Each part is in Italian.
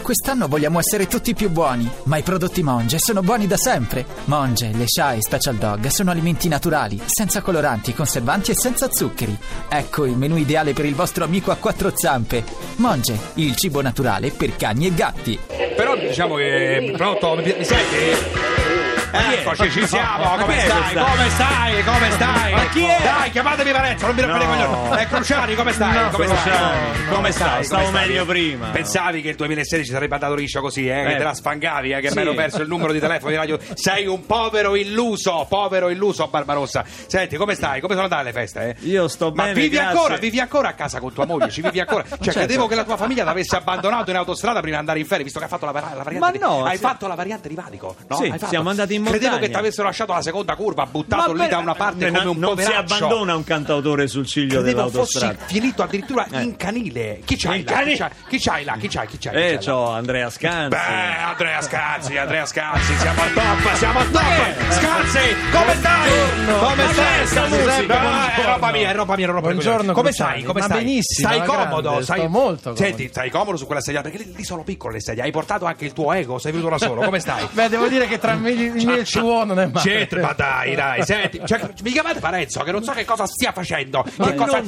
Quest'anno vogliamo essere tutti più buoni, ma i prodotti Monge sono buoni da sempre. Monge, le Sha e Special Dog sono alimenti naturali, senza coloranti, conservanti e senza zuccheri. Ecco il menù ideale per il vostro amico a quattro zampe. Monge, il cibo naturale per cani e gatti. Però diciamo che pronto, mi senti? Eccoci, ci siamo. Come stai? Come stai? Ma chi è? Dai, chiamatemi Parenzo, non mi rompere i coglioni. Cruciani, come stai? Come stai? Stavo meglio prima. Pensavi che il 2016 sarebbe andato liscio così, che te la sfangavi, che mi ero perso il numero di telefono di radio. Sei un povero illuso Barbarossa. Senti, come stai? Come sono andate le feste? Io sto bene. Ma vivi ancora a casa con tua moglie? Ci vivi ancora? Cioè, credevo che la tua famiglia t'avesse abbandonato in autostrada prima di andare in ferie, visto che ha fatto la variante. Ma no, hai fatto la variante di Valico? No? Sì, siamo andati in montagna. Credevo che ti avessero lasciato la seconda curva, buttato lì da una parte come un poveraccio. Non si abbandona un cantautore sul ciglio dell'autostrada. Fossi finito addirittura in canile. Chi c'hai là? Chi c'hai là? C'ho Andrea Scanzi. Andrea Scanzi, siamo al top. Scanzi, come stai? Come stai? È roba mia. Buongiorno. Come stai? Benissimo. Stai comodo? Sto molto comodo. Senti, stai comodo su quella sedia? Perché lì sono piccole le sedie. Hai portato anche il tuo ego? Sei venuto da solo? Come stai? Beh, devo dire che tra me e il suo non è male. Ma dai, senti, mi chiamate Parenzo, che non so che cosa stia facendo. Cosa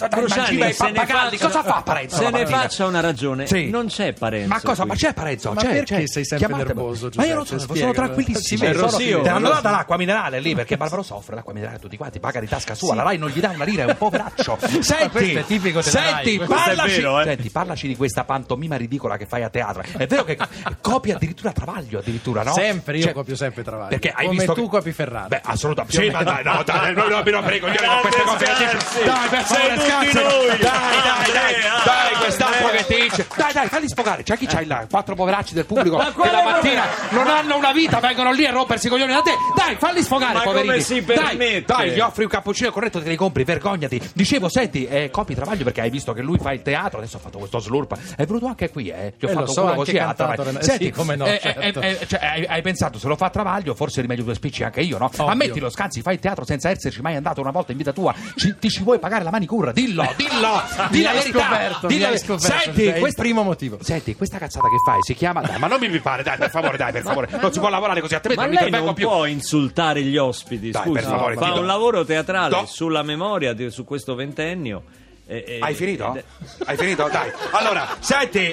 fa Parenzo? Se ne faccia una ragione. Sì. Non c'è Parenzo. Ma cosa? Ma c'è Parenzo? Ma perché sei sempre nervoso? Ma io non sono tranquillissimo. Te l'hanno data l'acqua minerale lì, perché Barbarossa offre l'acqua minerale a tutti quanti, paga di tasca sua. La Rai non gli dà una lira, è un poveraccio. Senti, è tipico della Rai. Senti, parlaci di questa pantomima ridicola che fai a teatro. È vero che copi addirittura Travaglio, no? Sempre, io copio sempre Travaglio. Perché hai come visto tu copi Ferrari. Beh, assolutamente. Sì, ma dai, non prego, io con queste cose che dai, per favore, Scanzi. Dai, quest'altro che ti dice. Dai, falli sfogare. C'è chi c'hai là? 4 poveracci del pubblico che la mattina non hanno una vita, vengono lì a rompersi i coglioni da te. Dai, falli sfogare, ma poverini. Come si permette? Dai, gli offri un cappuccino corretto, te li compri, vergognati. Dicevo, senti, copi Travaglio perché hai visto che lui fa il teatro, adesso ha fatto questo slurp. È venuto anche qui, Gli ho fatto uno così a Travaglio. Senti, come no, certo. Hai pensato, se lo fa Travaglio, forse rimedio 2 spicci anche io, no? Ovvio. Ammettilo, Scanzi, fai il teatro senza esserci mai andato una volta in vita tua. Ti ci vuoi pagare la manicura? Dillo di la verità. Senti, questo è il primo motivo. Senti, questa cazzata che fai si chiama. Dai, ma non mi pare, dai, per favore. Non si può lavorare così, altrimenti ma lei non può insultare gli ospiti. Dai, scusi, per favore, fa un lavoro teatrale sulla memoria su questo ventennio. Hai finito? Hai finito? Dai. Allora, senti,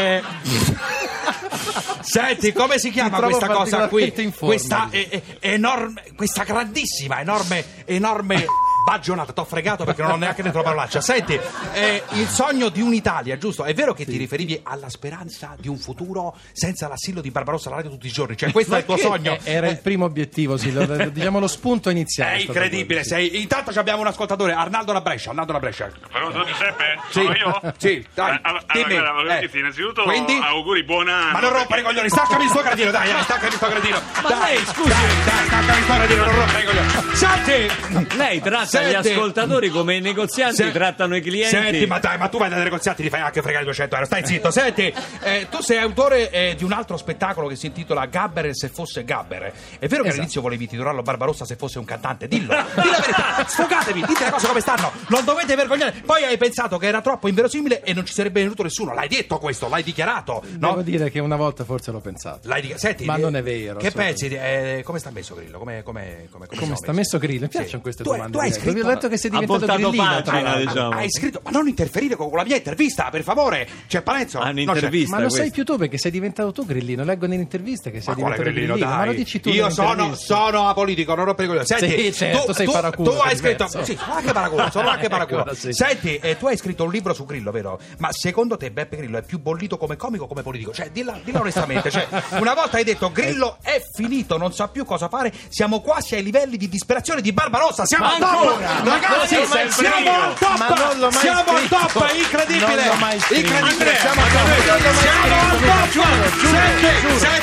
come si chiama questa cosa qui? Questa enorme, questa grandissima, enorme bagionata, t'ho fregato perché non ho neanche detto la parolaccia. Senti, il sogno di un'Italia, giusto? È vero che ti riferivi alla speranza di un futuro senza l'assillo di Barbarossa alla radio tutti i giorni? Cioè, questo è il tuo sogno? Era il primo obiettivo, sì, diciamo lo spunto iniziale. È incredibile, intanto abbiamo un ascoltatore, Arnaldo da Brescia. Pronto Giuseppe? Sì. Sono io? Sì, dai, dimmi. Allora, innanzitutto Quindi? auguri, buon anno. Ma non rompere i coglioni, staccami il suo gradino, dai, staccami il suo gradino. Ma lei, scusi. Dai, staccami il suo gradino, non rompere i coglioni. Senti! Lei tratta gli ascoltatori come i negozianti trattano i clienti. Senti, ma tu vai dai negozianti, ti fai anche fregare 200 euro. Stai zitto. Senti, tu sei autore di un altro spettacolo che si intitola Gabber se fosse Gabber. È vero che all'inizio volevi titolarlo Barbarossa se fosse un cantante? Dillo, di la verità, sfogatevi, dite le cose come stanno, non dovete vergognare. Poi hai pensato che era troppo inverosimile e non ci sarebbe venuto nessuno. L'hai detto questo, l'hai dichiarato, no? Devo dire che una volta forse l'ho pensato. Senti, ma non è vero. Che pensi? Come sta messo Grillo? Come sta messo Grillo? Mi piacciono queste domande. Tu hai scritto, ho detto che sei diventato grillino, tra l'altro. Diciamo. Hai scritto, ma non interferire con la mia intervista, per favore. C'è Parenzo. Un'intervista. Ma lo sai più tu perché sei diventato tu grillino. Leggo nell'intervista che sei diventato grillino. Dai. Ma lo dici tu? Io sono apolitico, non rompere i coglioni. Senti, sì, certo, sei paraculo. Tu hai scritto. Sì, sono anche paraculo. Sì. Senti, tu hai scritto un libro su Grillo, vero? Ma secondo te Beppe Grillo è più bollito come comico o come politico? Cioè, dilla onestamente. Cioè, una volta hai detto Grillo è finito, non sa più cosa fare. Siamo quasi ai livelli di disperazione di Barbarossa. Siamo al top, ragazzi. Siamo al top. Siamo al top, incredibile. Incredibile. Siamo al top. Senti,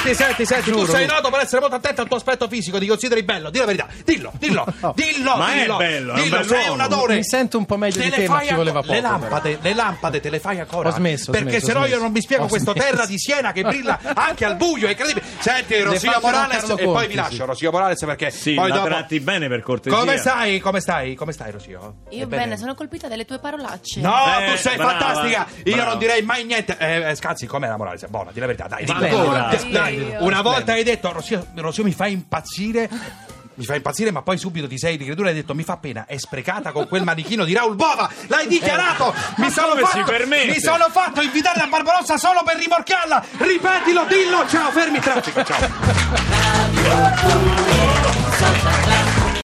Senti, tu sei noto per essere molto attento al tuo aspetto fisico, ti consideri bello, di la verità, dillo. Ma è bello, è un bell'uomo. Sei un adore. Mi sento un po' meglio di te, ma ci voleva poco. Le lampade te le fai ancora? Ho smesso, perché se no io non mi spiego questo terra di Siena che brilla anche al buio, è incredibile. Senti, Rocio Morales, e poi vi lascio, Rocio Morales, perché sì, poi la dopo... tratti bene, per cortesia. Come stai, Rocio? Io bene, sono colpita dalle tue parolacce. No, tu sei brava, fantastica. Io brava. non direi mai niente. Scanzi, com'è Morales? Buona, di la verità, dai. Ancora. Una volta hai detto, Rocio mi fa impazzire. Mi fa impazzire, ma poi subito ti sei ricreduto e hai detto: mi fa pena, è sprecata con quel manichino di Raul Bova. L'hai dichiarato. Mi sono fatto invitare da Barbarossa solo per rimorchiarla. Ripetilo, dillo. Ciao, fermi il traffico. Ciao.